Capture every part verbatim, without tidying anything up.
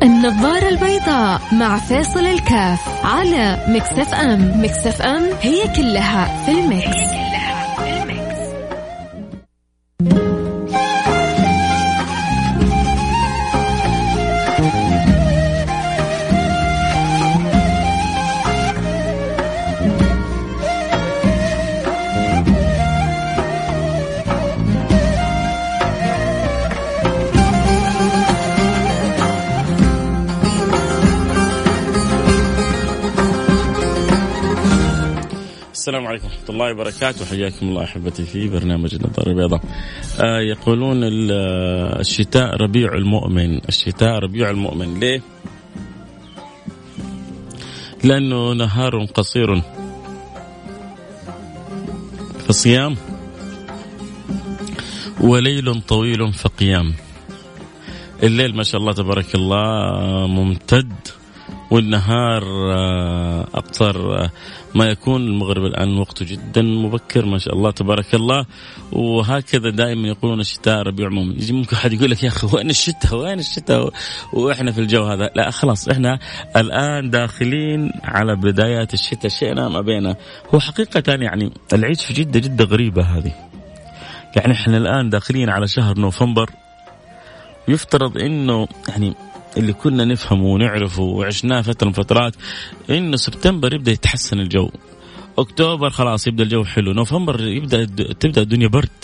النظارة البيضاء مع فاصل الكاف على ميكس اف ام. ميكس اف ام هي كلها في الميكس. السلام عليكم ورحمة الله وبركاته. حياكم الله أحبتي في برنامج النظارة البيضاء. آه يقولون الشتاء ربيع المؤمن. الشتاء ربيع المؤمن ليه؟ لأنه نهار قصير فصيام وليل طويل فقيام. الليل ما شاء الله تبارك الله ممتد، والنهار أقصر ما يكون. المغرب الآن وقته جدا مبكر ما شاء الله تبارك الله. وهكذا دائما يقولون الشتاء ربيع مؤمن. يجي ممكن حد يقول لك يا أخي وين الشتاء وين الشتاء وإحنا في الجو هذا. لا خلاص إحنا الآن داخلين على بدايات الشتاء، شئنا ما بينا. هو حقيقة يعني العيش في جدة جدة غريبة هذه. يعني إحنا الآن داخلين على شهر نوفمبر، يفترض إنه يعني اللي كنا نفهمه ونعرفه وعشناه فترة من فترات إنه سبتمبر يبدأ يتحسن الجو، أكتوبر خلاص يبدأ الجو حلو، نوفمبر يبدأ تبدأ الدنيا برد،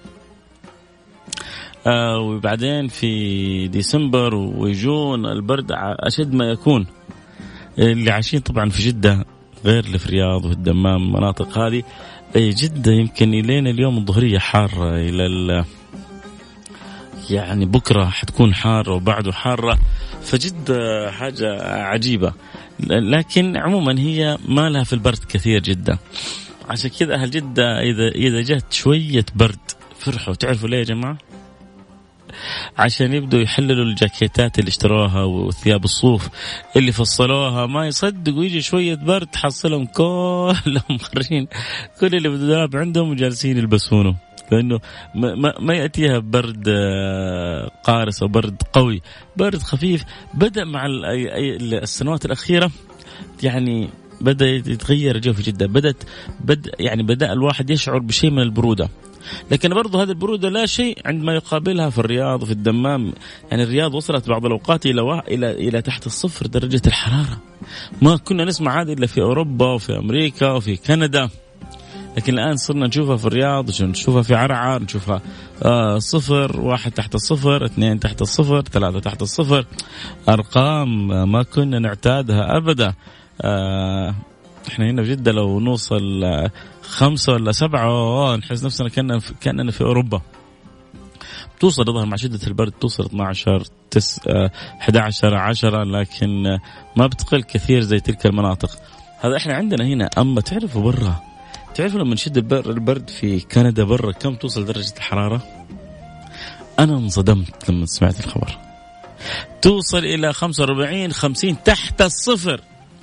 آه وبعدين في ديسمبر ويجون البرد أشد ما يكون. اللي عايشين طبعا في جدة غير اللي في الرياض وفي الدمام مناطق هذه. جدة يمكن إلين اليوم الظهرية حارة، إلى ال يعني بكرة حتكون حارة وبعده حارة، فجد حاجة عجيبة. لكن عموما هي ما لها في البرد كثير جدا، عشان كذا أهل جدة إذا إذا جت شوية برد فرحوا. تعرفوا ليه يا جماعة؟ عشان يبدوا يحللوا الجاكيتات اللي اشتروها وثياب الصوف اللي فصلوها. ما يصدقوا يجي شوية برد تحصلهم كلهم خرين كل اللي بالدولاب عندهم وجالسين يلبسونه، لأنه ما, ما يأتيها برد قارس أو برد قوي، برد خفيف. بدأ مع السنوات الأخيرة يعني بدأ يتغير الجو في جدة. بدأت بدأ يعني بدأ الواحد يشعر بشيء من البرودة، لكن برضو هذه البرودة لا شيء عندما يقابلها في الرياض وفي الدمام. يعني الرياض وصلت بعض الأوقات إلى إلى إلى تحت الصفر درجة الحرارة. ما كنا نسمع هذا إلا في أوروبا وفي أمريكا وفي كندا، لكن الآن صرنا نشوفها في الرياض، نشوفها في عرعر، نشوفها آه صفر، واحد تحت الصفر، اثنين تحت الصفر، ثلاثة تحت الصفر. أرقام ما كنا نعتادها أبدا. آه احنا هنا في جدة لو نوصل خمسة ولا سبعة نحس نفسنا كأننا في, كأننا في أوروبا. توصل ظهر مع شدة البرد توصل اثنا عشر تس أحد عشر عشرة، لكن ما بتقل كثير زي تلك المناطق. هذا احنا عندنا هنا. أما تعرفوا برا، تعرفوا لما نشد البرد في كندا برا كم توصل درجة الحرارة؟ أنا انصدمت لما سمعت الخبر. توصل إلى خمسة وأربعين خمسين تحت الصفر،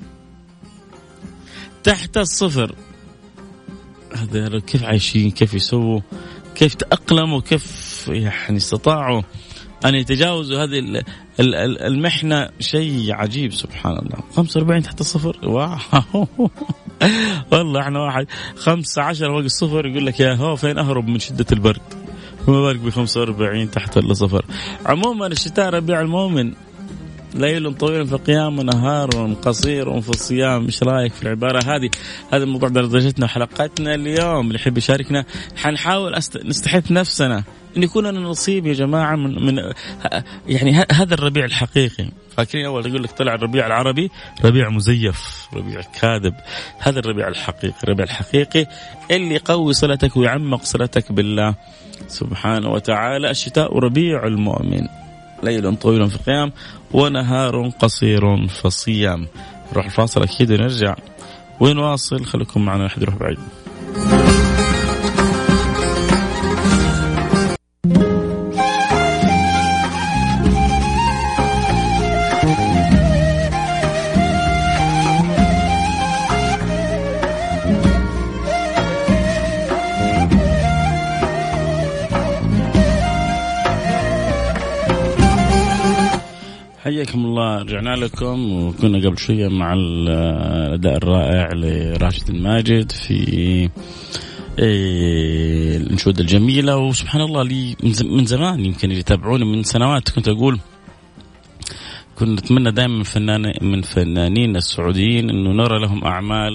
تحت الصفر. هذا كيف عايشين؟ كيف يسووا؟ كيف تأقلموا؟ كيف يعني استطاعوا أن يتجاوزوا هذه المحنة؟ شيء عجيب سبحان الله. خمسة وأربعين تحت الصفر، واو والله احنا واحد خمسة عشر فوق الصفر يقول لك يا هو فين أهرب من شدة البرد، فما بالك بخمسة وأربعين تحت الصفر. عموما الشتاء ربيع المؤمن، ليل طويل في قيام ونهار قصير في الصيام. ايش رايك في العباره هذه؟ هذا موضوع درجتنا وحلقتنا اليوم. اللي يحب يشاركنا حنحاول أست... نستحث نفسنا ان يكون لنا نصيب يا جماعه من, من يعني ه... هذا الربيع الحقيقي. فاكرين اول يقول لك طلع الربيع العربي ربيع مزيف، ربيع كاذب. هذا الربيع الحقيقي، الربيع الحقيقي اللي يقوي صلتك ويعمق صلتك بالله سبحانه وتعالى. الشتاء ربيع المؤمن، ليل طويل في قيام ونهار قصير في الصيام. نروح الفاصل أكيد ونرجع ونواصل. خليكم معنا، أحد يروح بعيد. حياكم الله. رجعنا لكم وكنا قبل شوية مع الأداء الرائع لراشد الماجد في الأنشودة الجميلة. وسبحان الله لي من زمان يمكن اللي يتابعوني من سنوات كنت أقول كنت أتمنى دائما من فنان من فنانين السعوديين إنه نرى لهم أعمال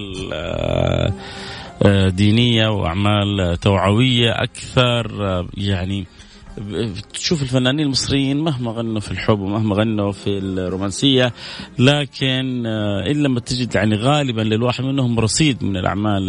دينية وأعمال توعوية أكثر. يعني تشوف الفنانين المصريين مهما غنوا في الحب ومهما غنوا في الرومانسية، لكن إلا ما تجد يعني غالبا للواحد منهم رصيد من الأعمال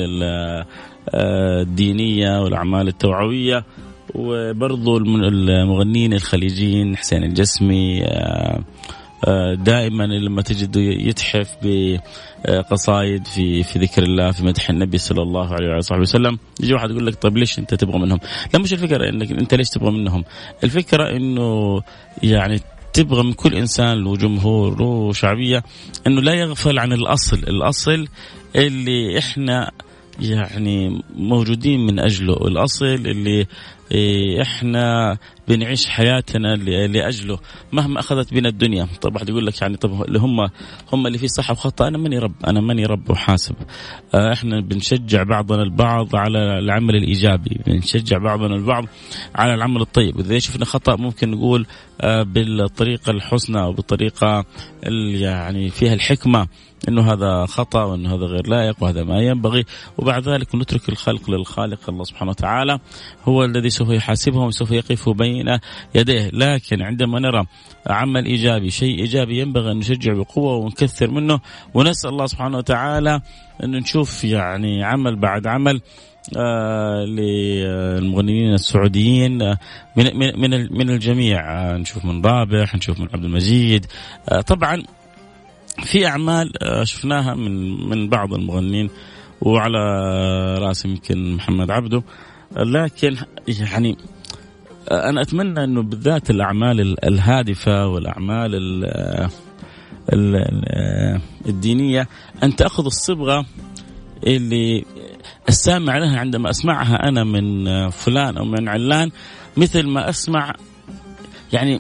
الدينية والأعمال التوعوية. وبرضو المغنين الخليجيين حسين الجسمي دائما لما تجد يتحف بقصايد في في ذكر الله في مدح النبي صلى الله عليه وصحبه وسلم. يجي واحد يقول لك طيب ليش انت تبغى منهم؟ لا مش الفكره انك انت ليش تبغى منهم، الفكره انه يعني تبغى من كل انسان له جمهور له شعبيه انه لا يغفل عن الاصل، الاصل اللي احنا يعني موجودين من اجله، الاصل اللي احنا بنعيش حياتنا لاجله مهما اخذت بنا الدنيا. طب واحد يقول لك يعني طب اللي هم هم اللي فيه صح وخطا، انا ماني رب، انا ماني رب وحاسب. احنا بنشجع بعضنا البعض على العمل الايجابي، بنشجع بعضنا البعض على العمل الطيب. اذا شفنا خطا ممكن نقول بالطريقه الحسنى وبالطريقه يعني فيها الحكمه انه هذا خطا وانه هذا غير لائق وهذا ما ينبغي، وبعد ذلك نترك الخلق للخالق الله سبحانه وتعالى هو الذي سوف يحاسبهم وسوف يقف بين يديه. لكن عندما نرى عمل إيجابي شيء إيجابي ينبغي أن نشجع بقوة ونكثر منه، ونسأل الله سبحانه وتعالى أن نشوف يعني عمل بعد عمل آه للمغنيين السعوديين آه من من من الجميع. آه نشوف من رابح، نشوف من عبد المجيد. آه طبعا في أعمال آه شفناها من من بعض المغنيين وعلى رأس يمكن محمد عبده، لكن يعني أنا أتمنى أنه بالذات الأعمال الهادفة والأعمال ال ال الدينية أن تأخذ الصبغة اللي السامع لها عندما أسمعها أنا من فلان أو من علان، مثل ما أسمع يعني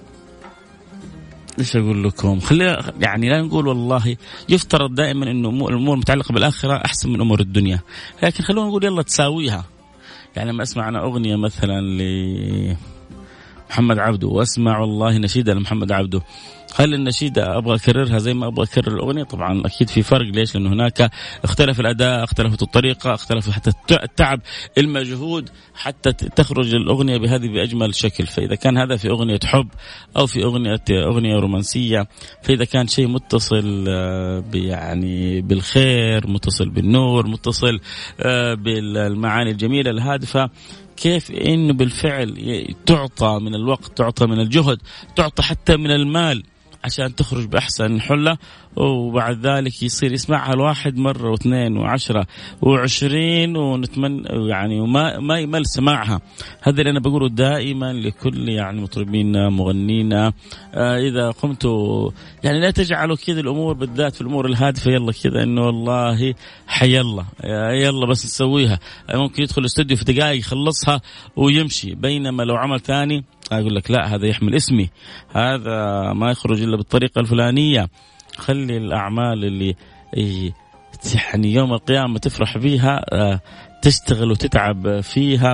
إيش أقول لكم، خلينا يعني لا نقول والله يفترض دائما إنه الأمور المتعلقة بالآخرة أحسن من أمور الدنيا، لكن خلونا نقول يلا تساويها. يعني لما أسمع أنا أغنية مثلا لمحمد عبده وأسمع والله نشيدة لمحمد عبده، هل النشيدة أبغى أكررها زي ما أبغى أكرر الأغنية؟ طبعا أكيد في فرق. ليش؟ لأنه هناك اختلف الأداء، اختلفت الطريقة، اختلف حتى التعب المجهود حتى تخرج الأغنية بهذه بأجمل شكل. فإذا كان هذا في أغنية حب أو في أغنية أغنية رومانسية، فإذا كان شيء متصل يعني بالخير، متصل بالنور، متصل بالمعاني الجميلة الهادفة، كيف إنه بالفعل تعطى من الوقت، تعطى من الجهد، تعطى حتى من المال عشان تخرج بأحسن حلة، وبعد ذلك يصير يسمعها الواحد مرة واثنين وعشرة وعشرين ونتمنى يعني وما ما يمل سماعها. هذا اللي أنا بقوله دائما لكل يعني مطربين مغنينا، آه إذا قمتوا يعني لا تجعلوا كذا الأمور بالذات في الأمور الهادفة يلا كذا إنه والله حي الله يلا بس نسويها، ممكن يدخل الاستوديو في دقائق يخلصها ويمشي. بينما لو عمل ثاني أقول لك لا هذا يحمل اسمي، هذا ما يخرج إلا بالطريقة الفلانية. خلي الأعمال اللي يعني يوم القيامة تفرح بيها تشتغل وتتعب فيها،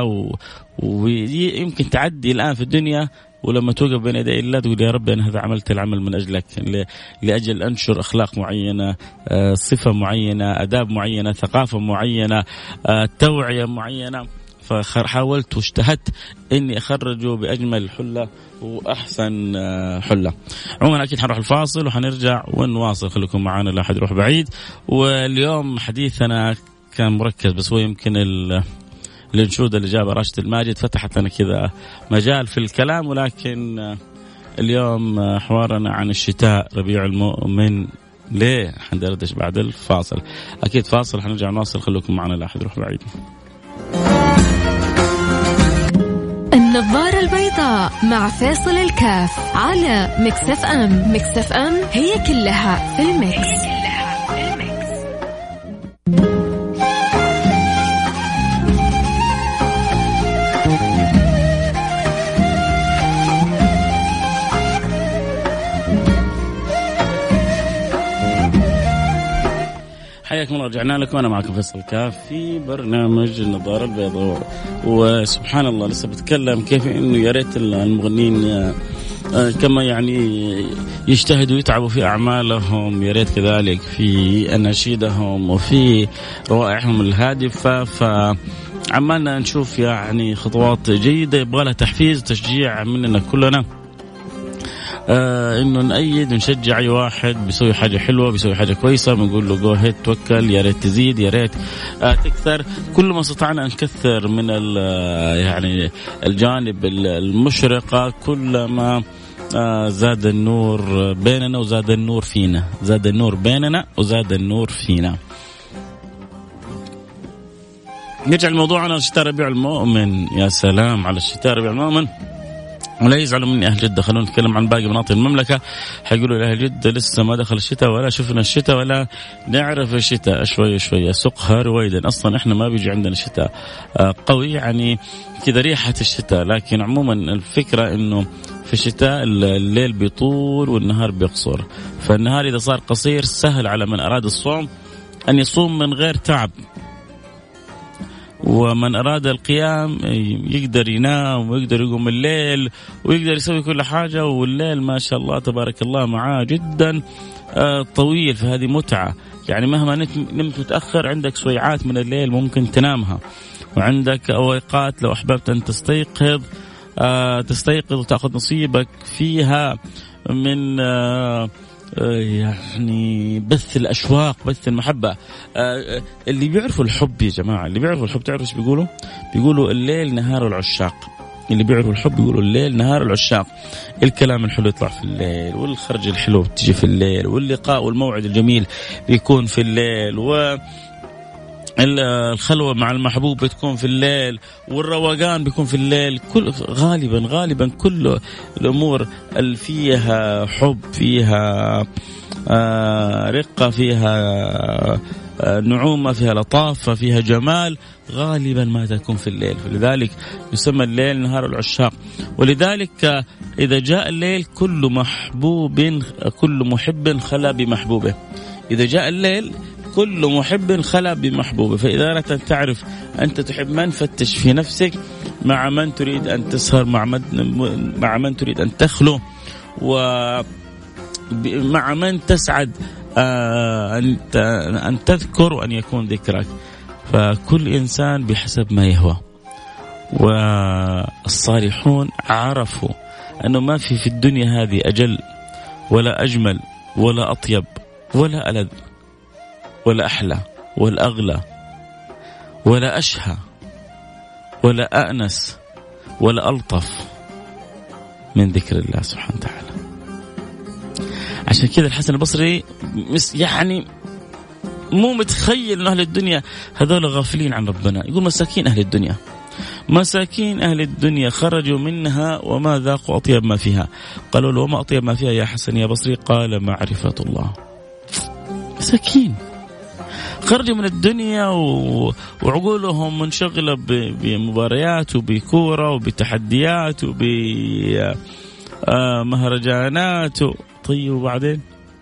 ويمكن تعدي الآن في الدنيا ولما توقف بين يدي الله تقول يا رب أنا هذا عملت العمل من أجلك، لأجل أنشر أخلاق معينة، صفة معينة، أداب معينة، ثقافة معينة، توعية معينة. فحاولت واجتهدت إني أخرجه بأجمل حلة وأحسن حلة. عموما أكيد حنروح الفاصل وحنرجع ونواصل، خليكم معانا لا أحد يروح بعيد. واليوم حديثنا كان مركز بس هو يمكن الانشودة اللي جابها راشد الماجد فتحت لنا كذا مجال في الكلام، ولكن اليوم حوارنا عن الشتاء ربيع المؤمن ليه حندردش بعد الفاصل. أكيد فاصل حنرجع نواصل، خليكم معانا لا أحد يروح بعيد. النظارة البيضاء مع فاصل الكاف على ميكس اف ام. ميكس اف ام هي كلها في الميكس. حياكم الله، رجعنا لكم. أنا معكم فيصل كاف في برنامج النظارة البيضاء. وسبحان الله لسه بتكلم كيف إنه يا ريت المغنين كما يعني يجتهدوا ويتعبوا في أعمالهم، يا ريت كذلك في أناشيدهم وفي روائعهم الهادفة. فعمالنا نشوف يعني خطوات جيدة يبغى لها تحفيز وتشجيع مننا كلنا، آه إنه نأيد ونشجع أي واحد بيسوي حاجة حلوة بيسوي حاجة كويسة، بنقول له جو هيد توكل، يا ريت تزيد يا ريت آه تكثر. كل ما استطعنا نكثر من يعني الجانب المشرقة كلما آه زاد النور بيننا وزاد النور فينا، زاد النور بيننا وزاد النور فينا. نرجع لموضوعنا الشتاء ربيع المؤمن. يا سلام على الشتاء ربيع المؤمن، ولا يزعلوا مني أهل جدة. خلونا نتكلم عن باقي مناطق المملكة. حيقولوا لأهل جدة لسه ما دخل الشتاء ولا شفنا الشتاء ولا نعرف الشتاء. شوية شوية سقها رويدا، أصلا إحنا ما بيجي عندنا شتاء قوي يعني كذا ريحة الشتاء. لكن عموما الفكرة إنه في الشتاء الليل بيطول والنهار بيقصر، فالنهار إذا صار قصير سهل على من أراد الصوم أن يصوم من غير تعب، ومن أراد القيام يقدر ينام ويقدر يقوم الليل ويقدر يسوي كل حاجة. والليل ما شاء الله تبارك الله معاه جدا طويل، فهذه متعة. يعني مهما نمت متأخر عندك سويعات من الليل ممكن تنامها، وعندك أوقات لو أحببت أن تستيقظ تستيقظ وتأخذ نصيبك فيها من يعني بث الأشواق، بث المحبة. اللي بيعرفوا الحب يا جماعة، اللي بيعرفوا الحب تعرفوا ايش بيقولوا؟ بيقولوا الليل نهار العشاق. اللي بيعرفوا الحب بيقولوا الليل نهار العشاق. الكلام الحلو يطلع في الليل، والخرج الحلو بتجي في الليل، واللقاء والموعد الجميل بيكون في الليل، و الخلوة مع المحبوب بتكون في الليل، والروقان بيكون في الليل. كل غالبا غالبا كل الأمور اللي فيها حب، فيها آه رقة، فيها آه نعومة، فيها لطافة، فيها جمال، غالبا ما تكون في الليل. فلذلك يسمى الليل نهار العشاق. ولذلك آه إذا جاء الليل كل محبوب كل محب خلا بمحبوبه. إذا جاء الليل كل محب خلا بمحبوبه. فإذا أردت أن تعرف أنت تحب من، فتش في نفسك مع من تريد أن تسهر، مع من, مع من تريد أن تخلو، ومع من تسعد أن تذكر وأن يكون ذكرك. فكل إنسان بحسب ما يهوى. والصالحون عرفوا أنه ما في في الدنيا هذه أجل ولا أجمل ولا أطيب ولا ألذ ولا أحلى ولا أغلى ولا أشهى ولا أأنس ولا ألطف من ذكر الله سبحانه وتعالى. عشان كذا الحسن البصري يعني مو متخيل أن أهل الدنيا هذول غافلين عن ربنا. يقول مساكين أهل الدنيا، مساكين أهل الدنيا خرجوا منها وما ذاقوا أطيب ما فيها. قالوا له وما أطيب ما فيها يا حسن يا بصري؟ قال معرفة الله. مساكين خرجوا من الدنيا وعقولهم منشغلة بمباريات وبكورة وبتحديات وبمهرجانات. طيب وبعدين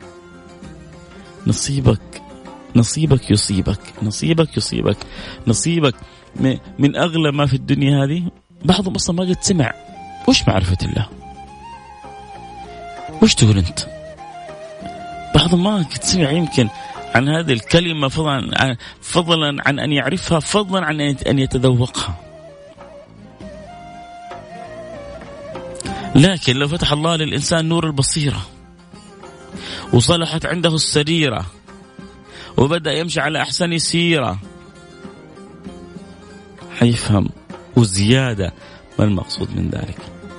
نصيبك نصيبك يصيبك نصيبك يصيبك نصيبك من أغلى ما في الدنيا هذه. بعضهم أصلا ما قد سمع وش معرفة الله، وش تقول أنت؟ بعضهم ما قد سمع يمكن عن هذه الكلمة، فضلا عن, فضلا عن أن يعرفها، فضلا عن أن يتذوقها. لكن لو فتح الله للإنسان نور البصيرة وصلحت عنده السريرة وبدأ يمشي على أحسن سيرة، حيفهم وزيادة ما المقصود من ذلك.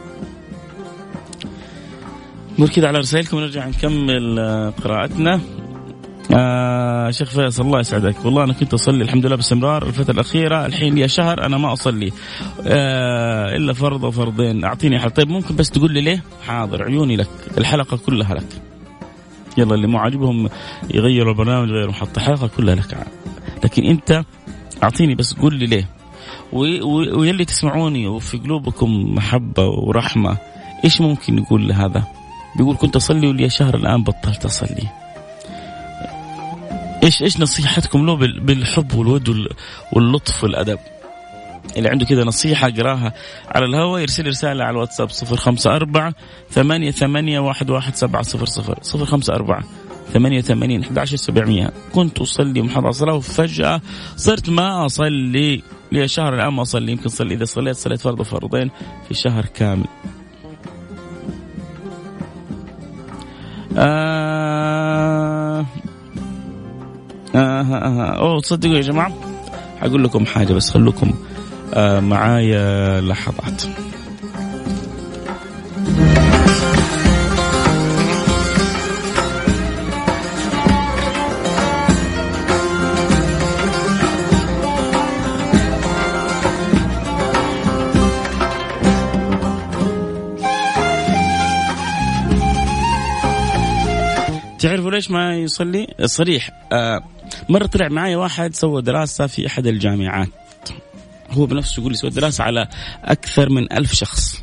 نقول كده على رسائلكم ونرجع نكمل قراءتنا. آه شيخ فيصل الله يسعدك، والله أنا كنت أصلي الحمد لله باستمرار الفترة الأخيرة، الحين لي شهر أنا ما أصلي آه إلا فرض أو فرضين، أعطيني حل. طيب ممكن بس تقول لي ليه؟ حاضر عيوني لك، الحلقة كلها لك. يلا اللي مو عاجبهم يغيروا البرنامج غيروا، حط الحلقة كلها لك. لكن أنت أعطيني بس قول لي ليه. ويلي تسمعوني وفي قلوبكم محبة ورحمة، إيش ممكن يقول لهذا؟ بيقول كنت أصلي ولي شهر الآن بطلت أصلي. إيش إيش نصيحتكم له بالحب والود واللطف والأدب؟ اللي عنده كده نصيحة قراها على الهواء يرسل رسالة على الواتساب صفر خمسة أربعة ثمانية ثمانية واحد واحد سبعة صفر صفر صفر خمسة أربعة ثمانية ثمانين أحد عشر سبعمية. كنت أصلي محاضرة صلاة وفجأة صرت ما أصلي لي شهر الآن ما أصلي. يمكن صلي إذا صليت صليت فرض فرضين في شهر كامل. آه آه آه أوه تصدقوا يا جماعة هقول لكم حاجة بس خلوكم آه معايا لحظات. تعرفوا ليش ما يصلي؟ صريح. آه مرة طلع معايا واحد سوى دراسة في أحد الجامعات، هو بنفسه يقول لي سوى دراسة على أكثر من ألف شخص.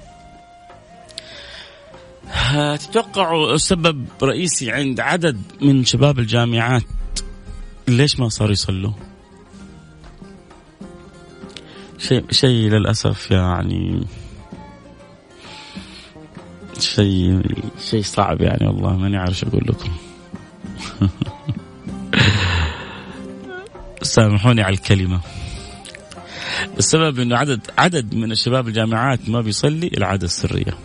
آه تتوقعوا السبب رئيسي عند عدد من شباب الجامعات ليش ما صاروا يصلوا؟ شيء شيء للأسف يعني شيء شيء صعب يعني والله ماني عارف اقول لكم. سامحوني على الكلمة. السبب انه عدد عدد من الشباب الجامعات ما بيصلي العادة السرية،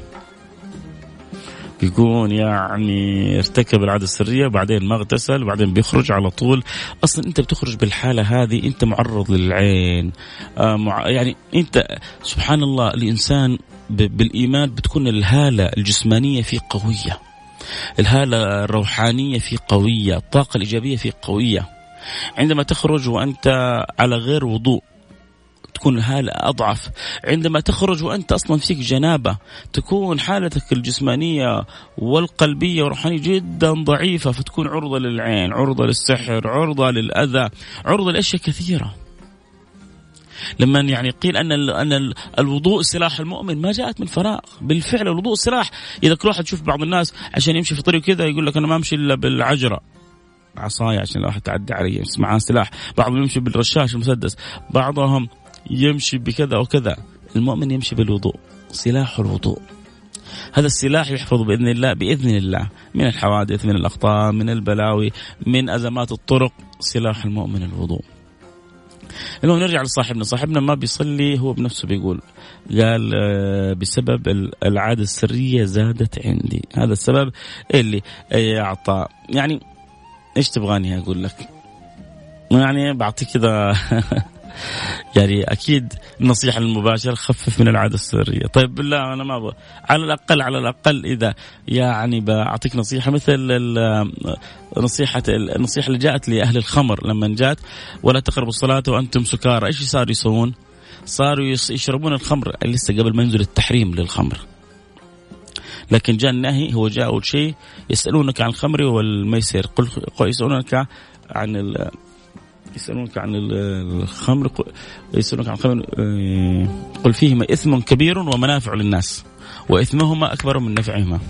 بيكون يعني ارتكب العادة السرية بعدين ما اغتسل وبعدين بيخرج على طول. اصلا انت بتخرج بالحالة هذه انت معرض للعين. آه مع يعني انت سبحان الله الانسان بالإيمان بتكون الهالة الجسمانية فيه قوية، الهالة الروحانية فيه قوية، الطاقة الإيجابية فيه قوية. عندما تخرج وأنت على غير وضوء تكون الهالة أضعف. عندما تخرج وأنت أصلا فيك جنابة تكون حالتك الجسمانية والقلبية والروحانية جدا ضعيفة، فتكون عرضة للعين، عرضة للسحر، عرضة للأذى، عرضة لأشياء كثيرة. لما يعني قيل أن أن الوضوء سلاح المؤمن ما جاءت من فراغ، بالفعل الوضوء سلاح. إذا كل واحد تشوف بعض الناس عشان يمشي في طريق كذا يقول لك أنا ما أمشي إلا بالعجرة، عصاية عشان لو واحد تعدي علي معاه سلاح، بعضهم يمشي بالرشاش المسدس، بعضهم يمشي بكذا وكذا. المؤمن يمشي بالوضوء، سلاح الوضوء. هذا السلاح يحفظ بإذن الله بإذن الله من الحوادث، من الأخطاء، من البلاوي، من أزمات الطرق. سلاح المؤمن الوضوء. المهم نرجع لصاحبنا. صاحبنا ما بيصلي، هو بنفسه بيقول قال بسبب العادة السرية زادت عندي. هذا السبب اللي يعطى. يعني ايش تبغاني اقول لك؟ يعني بعطيك كذا يعني اكيد النصيحة المباشرة خفف من العادة السرية. طيب بالله انا ما ابغى، على الاقل على الاقل اذا يعني بعطيك نصيحة مثل نصيحة النصيحة اللي جاءت لأهل الخمر لما جاءت ولا تقربوا الصلاة وأنتم سكارى. إيش صاروا يسوون؟ صاروا يشربون الخمر لسه قبل ما ينزل التحريم للخمر، لكن جاء النهي. هو جاء أول شيء يسألونك عن الخمر والميسر، قل يسألونك عن ال يسألونك عن الخمر يسألونك عن الخمر قل فيهما إثم كبير ومنافع للناس وإثمهما أكبر من نفعهما.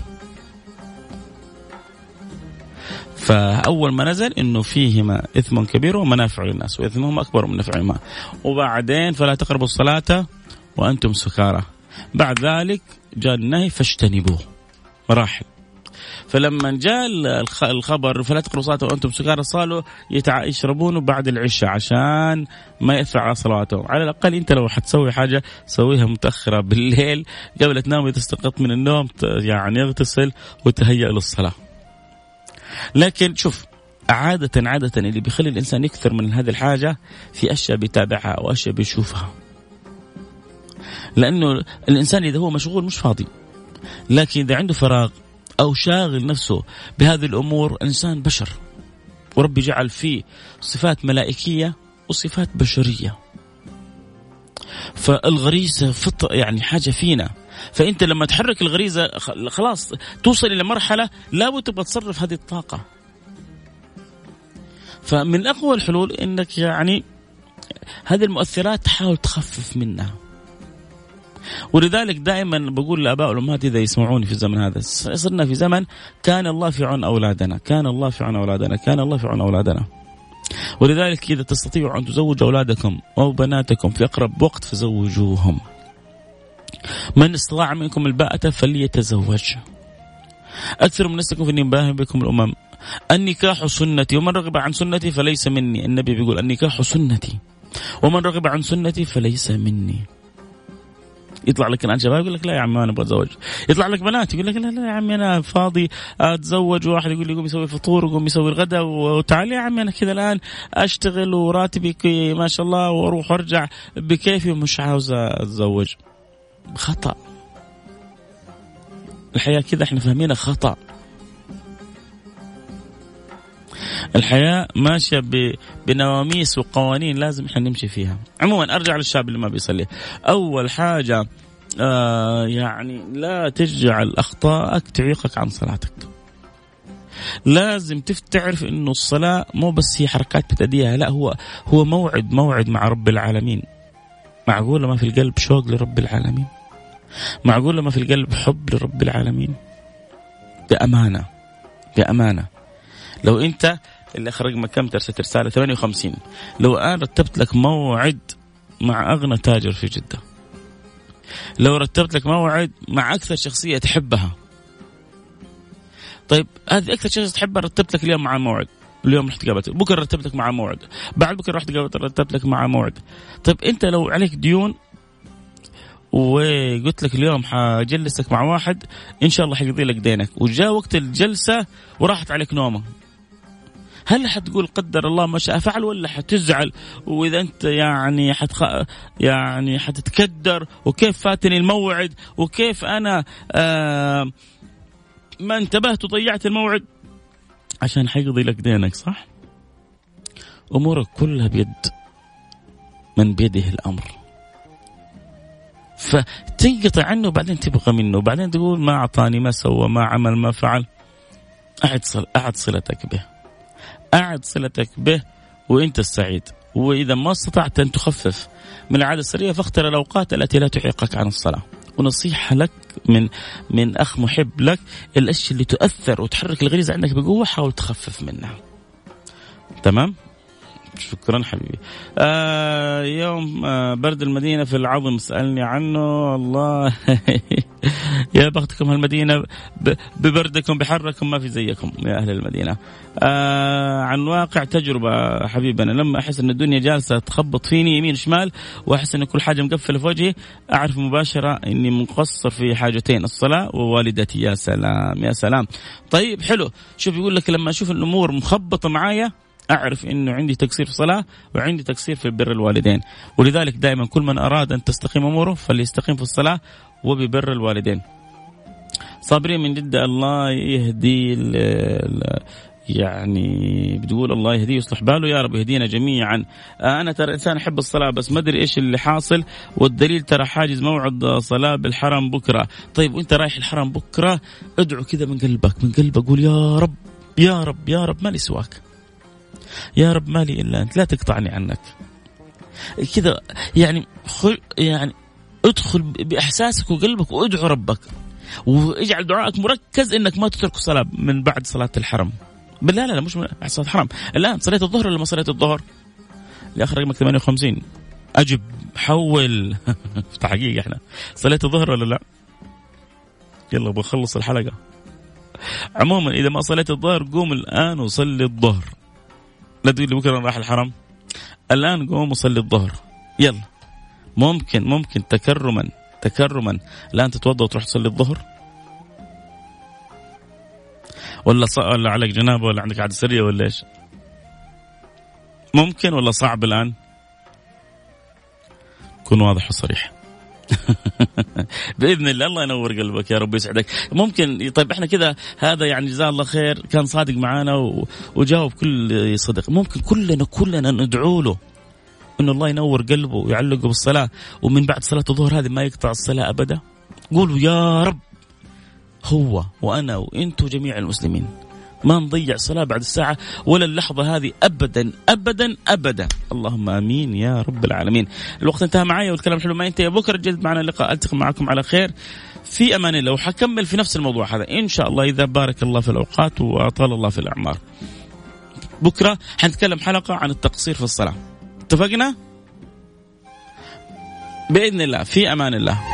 فأول ما نزل إنه فيهما إثم كبير ومنافع للناس وإثمهما أكبر من نفعهما، وبعدين فلا تقربوا الصلاة وأنتم سكارى. بعد ذلك جاء النهي فاجتنبوه، مراحل. فلما جاء الخبر فلا تقربوا الصلاة وأنتم سكارى صاروا يشربونه بعد العشاء عشان ما يأثر على صلاتهم. على الأقل أنت لو حتسوي حاجة سويها متأخرة بالليل قبل تنام وتستيقظ من النوم، يعني اغتسل وتهيأ للصلاة. لكن شوف عادة عادة اللي بيخلي الإنسان يكثر من هذه الحاجة في أشياء بيتابعها أو أشياء بيشوفها، لأنه الإنسان إذا هو مشغول مش فاضي، لكن إذا عنده فراغ أو شاغل نفسه بهذه الأمور. الإنسان بشر وربي جعل فيه صفات ملائكية وصفات بشرية، فالغريزة فطر يعني حاجة فينا. فأنت لما تحرك الغريزة خلاص توصل إلى مرحلة لابد تبغى تصرف هذه الطاقة. فمن أقوى الحلول إنك يعني هذه المؤثرات تحاول تخفف منها. ولذلك دائما بقول لآباء والأمهات إذا يسمعوني في الزمن هذا، صرنا في زمن كان الله في عون أولادنا، كان الله في عون أولادنا، كان الله في عون أولادنا. ولذلك إذا تستطيعوا أن تزوجوا أولادكم أو بناتكم في أقرب وقت فزوجوهم. من استطاع منكم الباءة فليتزوج. أكثر من نسكم في النباه بكم الأمم. النكاح سنتي ومن رغب عن سنتي فليس مني. النبي بيقول النكاح سنتي ومن رغب عن سنتي فليس مني. يطلع لك الآن شباب يقول لك لا يا عمي أنا أبغى أتزوج. يطلع لك بنات يقول لك لا لا يا عمي أنا فاضي أتزوج. واحد يقول لي قوم يسوي الفطور وقوم يسوي الغداء وتعال يا عمي أنا كذا الآن أشتغل وراتبي ما شاء الله وأروح وأرجع بكيفي ومش عاوز أتزوج. خطأ. الحياة كذا احنا فاهمينها خطأ. الحياة ماشية بنواميس وقوانين لازم احنا نمشي فيها. عموما أرجع للشاب اللي ما بيصلي. أول حاجة آه يعني لا تجعل أخطائك تعيقك عن صلاتك. لازم تعرف إنه الصلاة مو بس هي حركات بتأديها، لا هو هو موعد موعد مع رب العالمين. معقولة ما في القلب شوق لرب العالمين؟ معقولة ما في القلب حب لرب العالمين؟ بأمانة بأمانة لو أنت اللي أخرج ما كم ترسل رسالة ثمانية وخمسين، لو أنا رتبت لك موعد مع أغنى تاجر في جدة، لو رتبت لك موعد مع أكثر شخصية تحبها، طيب هذه أكثر شخصية تحبها رتبت لك اليوم مع موعد، اليوم رحت قابلت، بكرة رتبت لك مع موعد، بعد بكرة رحت قابلت رتبت لك مع موعد. طيب أنت لو عليك ديون وقلت لك اليوم حجلسك مع واحد إن شاء الله حيقضي لك دينك، وجاء وقت الجلسة وراحت عليك نومة، هل حتقول قدر الله ما شاء فعل ولا حتزعل؟ وإذا أنت يعني حتخ... يعني حتتكدر وكيف فاتني الموعد وكيف أنا آه ما انتبهت وضيعت الموعد عشان حيقضي لك دينك، صح؟ أمورك كلها بيد من بيده الأمر، فتنقطع عنه وبعدين تبغى منه وبعدين تقول ما أعطاني ما سوى ما عمل ما فعل. أعد صل... أعد صلتك به، أعد صلتك به وإنت السعيد. وإذا ما استطعت أن تخفف من العادة السرية فاختر الأوقات التي لا تعيقك عن الصلاة. ونصيحة لك من من أخ محب لك، الأشياء اللي تؤثر وتحرك الغريزة عندك بقوة حاول تخفف منها. تمام؟ شكرا حبيبي. آه يوم آه برد المدينة في العظم سألني عنه الله يا بختكم هالمدينة ببردكم بحركم ما في زيكم يا أهل المدينة. آه عن واقع تجربة حبيبنا، لما أحس أن الدنيا جالسة تخبط فيني يمين شمال وأحس أن كل حاجة مقفلة في وجهي أعرف مباشرة أني مقصر في حاجتين، الصلاة ووالدتي. يا سلام يا سلام. طيب حلو. شوف يقول لك لما أشوف الأمور مخبطة معايا أعرف أنه عندي تقصير في الصلاة وعندي تقصير في بر الوالدين. ولذلك دائما كل من أراد أن تستقيم أموره فليستقيم في الصلاة وببر الوالدين. صابرين من جدة الله يهدي ال ال يعني بتقول الله يهديه ويصلح باله يا رب يهدينا جميعا. أنا ترى إنسان أحب الصلاة بس ما أدري إيش اللي حاصل، والدليل ترى حاجز موعد صلاة بالحرم بكرة. طيب وإنت رايح الحرم بكرة ادعو كذا من قلبك من قلبك قول يا رب يا رب يا رب مالي سواك، يا رب مالي إلا أنت لا تقطعني عنك كذا. يعني خل يعني ادخل بإحساسك وقلبك وادعو ربك واجعل دعائك مركز إنك ما تترك صلاة من بعد صلاة الحرم. بالله لا لا مش من صلاة الحرم. الآن صليت الظهر ولا ما صليت الظهر؟ لآخر رقمك ثمانية وخمسين أجب حول في حقيقة إحنا صليت الظهر ولا لا؟ يلا بخلص الحلقة. عموما إذا ما صليت الظهر قوم الآن وصلي الظهر، لا تقول لي بكرة راح الحرم. الآن قوم وصلي الظهر يلا. ممكن ممكن تكرما تكرما الآن تتوضأ وتروح تصلي الظهر، ولا ص... ولا عليك جنابة ولا عندك عادة سرية ولا إيش؟ ممكن ولا صعب الآن؟ كن واضح وصريح. بإذن الله. الله ينور قلبك يا رب يسعدك. ممكن طيب احنا كذا هذا يعني جزاه الله خير كان صادق معانا و... وجاوب كل صدق. ممكن كلنا كلنا ندعو له إن الله ينور قلبه ويعلقه بالصلاة، ومن بعد صلاة الظهر هذه ما يقطع الصلاة أبدا. قولوا يا رب هو وأنا وإنتوا جميع المسلمين ما نضيع صلاة بعد الساعة ولا اللحظة هذه أبدا أبدا أبدا. اللهم آمين يا رب العالمين. الوقت انتهى معي والكلام حلو ما ينتهي. بكرة جد معنا اللقاء، ألتقي معكم على خير في أمان الله، وحكمل في نفس الموضوع هذا إن شاء الله إذا بارك الله في الأوقات وأطال الله في الأعمار. بكرة حنتكلم حلقة عن التقصير في الصلاة. اتفقنا؟ بإذن الله، في أمان الله.